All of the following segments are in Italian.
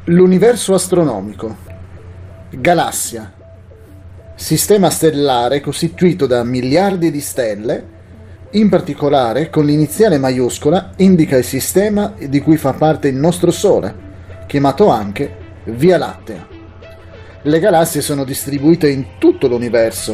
L'universo astronomico. Galassia. Sistema stellare costituito da miliardi di stelle, in particolare con l'iniziale maiuscola indica il sistema di cui fa parte il nostro Sole, chiamato anche Via Lattea. Le galassie sono distribuite in tutto l'universo.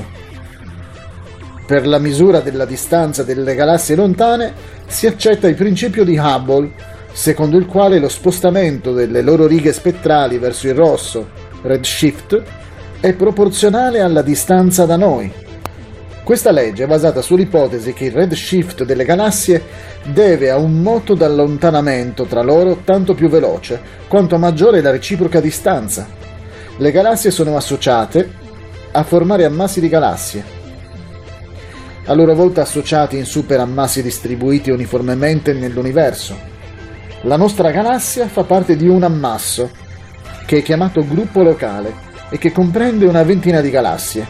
Per la misura della distanza delle galassie lontane si accetta il principio di Hubble, secondo il quale lo spostamento delle loro righe spettrali verso il rosso, redshift, è proporzionale alla distanza da noi. Questa legge è basata sull'ipotesi che il redshift delle galassie deve a un moto d'allontanamento tra loro tanto più veloce, quanto maggiore è la reciproca distanza. Le galassie sono associate a formare ammassi di galassie, a loro volta associati in superammassi distribuiti uniformemente nell'universo. La nostra galassia fa parte di un ammasso, che è chiamato gruppo locale e che comprende una ventina di galassie.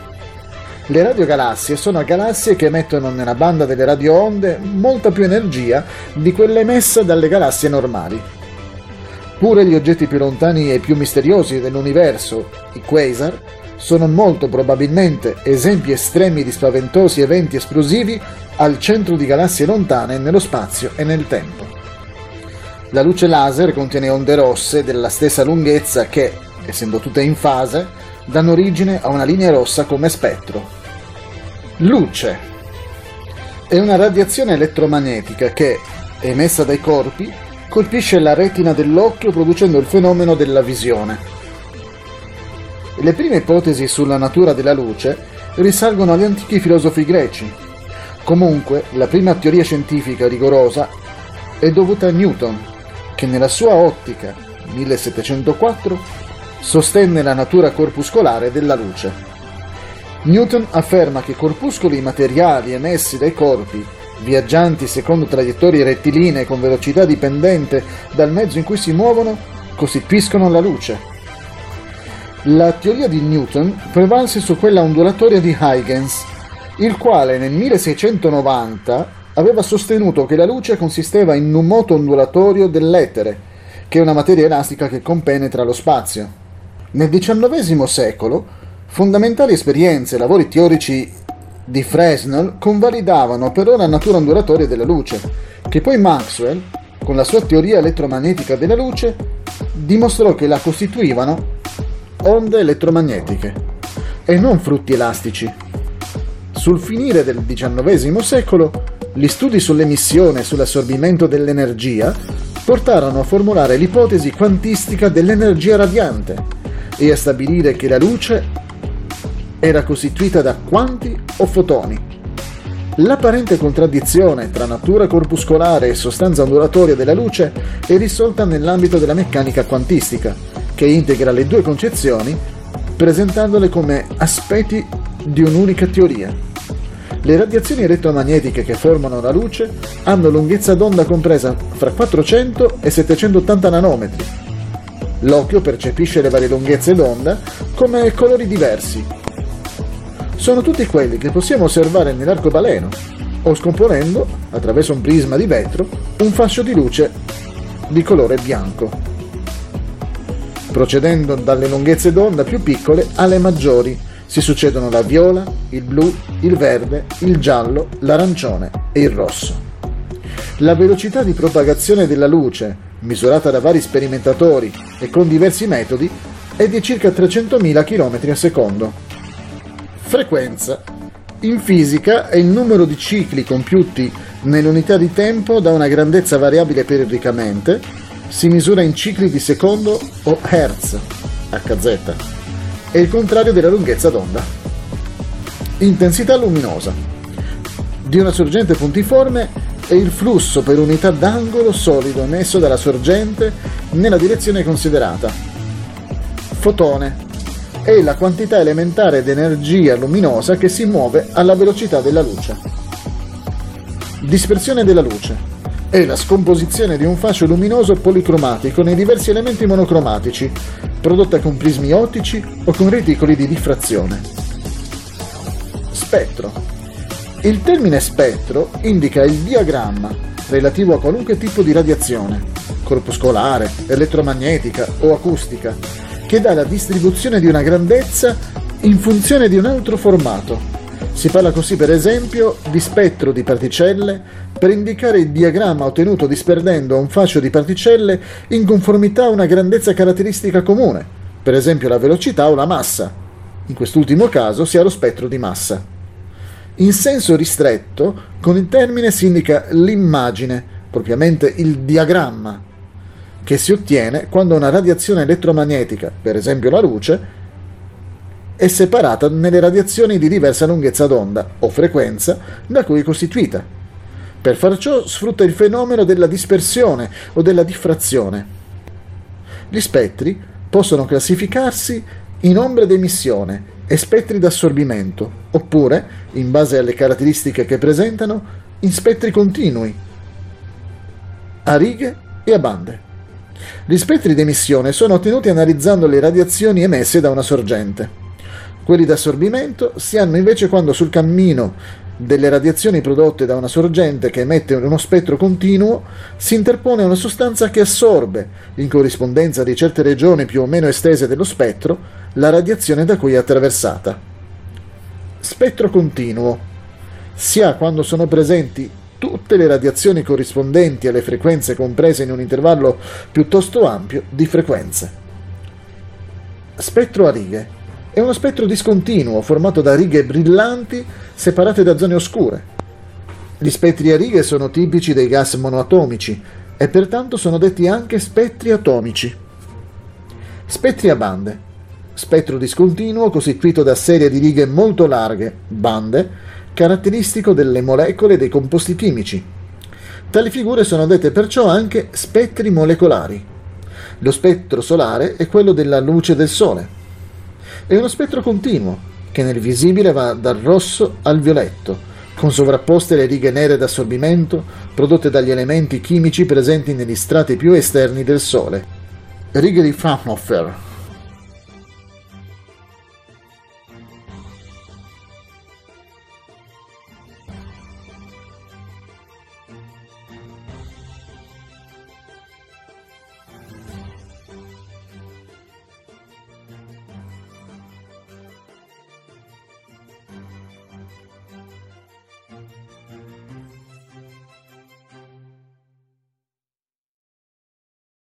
Le radiogalassie sono galassie che emettono nella banda delle radioonde molta più energia di quella emessa dalle galassie normali. Pure gli oggetti più lontani e più misteriosi dell'universo, i quasar, sono molto probabilmente esempi estremi di spaventosi eventi esplosivi al centro di galassie lontane nello spazio e nel tempo. La luce laser contiene onde rosse della stessa lunghezza che, essendo tutte in fase, danno origine a una linea rossa come spettro. Luce è una radiazione elettromagnetica che, emessa dai corpi, colpisce la retina dell'occhio producendo il fenomeno della visione. Le prime ipotesi sulla natura della luce risalgono agli antichi filosofi greci. Comunque, la prima teoria scientifica rigorosa è dovuta a Newton, che nella sua Ottica 1704 sostenne la natura corpuscolare della luce. Newton afferma che corpuscoli materiali emessi dai corpi, viaggianti secondo traiettorie rettilinee con velocità dipendente dal mezzo in cui si muovono, costituiscono la luce. La teoria di Newton prevalse su quella ondulatoria di Huygens, il quale nel 1690 aveva sostenuto che la luce consisteva in un moto ondulatorio dell'etere, che è una materia elastica che compenetra lo spazio. Nel XIX secolo, fondamentali esperienze e lavori teorici di Fresnel convalidavano però la natura ondulatoria della luce, che poi Maxwell, con la sua teoria elettromagnetica della luce, dimostrò che la costituivano onde elettromagnetiche e non frutti elastici. Sul finire del XIX secolo, gli studi sull'emissione e sull'assorbimento dell'energia portarono a formulare l'ipotesi quantistica dell'energia radiante e a stabilire che la luce era costituita da quanti o fotoni. L'apparente contraddizione tra natura corpuscolare e sostanza ondulatoria della luce è risolta nell'ambito della meccanica quantistica, che integra le due concezioni presentandole come aspetti di un'unica teoria. Le radiazioni elettromagnetiche che formano la luce hanno lunghezza d'onda compresa fra 400 e 780 nanometri. L'occhio percepisce le varie lunghezze d'onda come colori diversi. Sono tutti quelli che possiamo osservare nell'arcobaleno o scomponendo, attraverso un prisma di vetro, un fascio di luce di colore bianco, procedendo dalle lunghezze d'onda più piccole alle maggiori. Si succedono la viola, il blu, il verde, il giallo, l'arancione e il rosso. La velocità di propagazione della luce, misurata da vari sperimentatori e con diversi metodi, è di circa 300.000 km al secondo. Frequenza. In fisica è il numero di cicli compiuti nell'unità di tempo da una grandezza variabile periodicamente, si misura in cicli di secondo o hertz, Hz. È il contrario della lunghezza d'onda. Intensità luminosa. Di una sorgente puntiforme è il flusso per unità d'angolo solido emesso dalla sorgente nella direzione considerata. Fotone. È la quantità elementare di energia luminosa che si muove alla velocità della luce. Dispersione della luce. È la scomposizione di un fascio luminoso policromatico nei diversi elementi monocromatici, prodotta con prismi ottici o con reticoli di diffrazione. Spettro. Il termine spettro indica il diagramma relativo a qualunque tipo di radiazione, corpuscolare, elettromagnetica o acustica, che dà la distribuzione di una grandezza in funzione di un altro formato. Si parla così, per esempio, di spettro di particelle per indicare il diagramma ottenuto disperdendo un fascio di particelle in conformità a una grandezza caratteristica comune, per esempio la velocità o la massa. In quest'ultimo caso si ha lo spettro di massa. In senso ristretto, con il termine si indica l'immagine, propriamente il diagramma, che si ottiene quando una radiazione elettromagnetica, per esempio la luce, è separata nelle radiazioni di diversa lunghezza d'onda o frequenza da cui è costituita. Per far ciò sfrutta il fenomeno della dispersione o della diffrazione. Gli spettri possono classificarsi in ombre d'emissione e spettri d'assorbimento, oppure, in base alle caratteristiche che presentano, in spettri continui, a righe e a bande. Gli spettri d'emissione sono ottenuti analizzando le radiazioni emesse da una sorgente. Quelli d'assorbimento si hanno invece quando sul cammino delle radiazioni prodotte da una sorgente che emette uno spettro continuo si interpone una sostanza che assorbe, in corrispondenza di certe regioni più o meno estese dello spettro, la radiazione da cui è attraversata. Spettro continuo si ha quando sono presenti tutte le radiazioni corrispondenti alle frequenze comprese in un intervallo piuttosto ampio di frequenze. Spettro a righe è uno spettro discontinuo formato da righe brillanti separate da zone oscure. Gli spettri a righe sono tipici dei gas monoatomici e pertanto sono detti anche spettri atomici. Spettri a bande. Spettro discontinuo costituito da serie di righe molto larghe, bande, caratteristico delle molecole e dei composti chimici. Tali figure sono dette perciò anche spettri molecolari. Lo spettro solare è quello della luce del Sole. È uno spettro continuo, che nel visibile va dal rosso al violetto, con sovrapposte le righe nere d'assorbimento prodotte dagli elementi chimici presenti negli strati più esterni del Sole. Righe di Fraunhofer.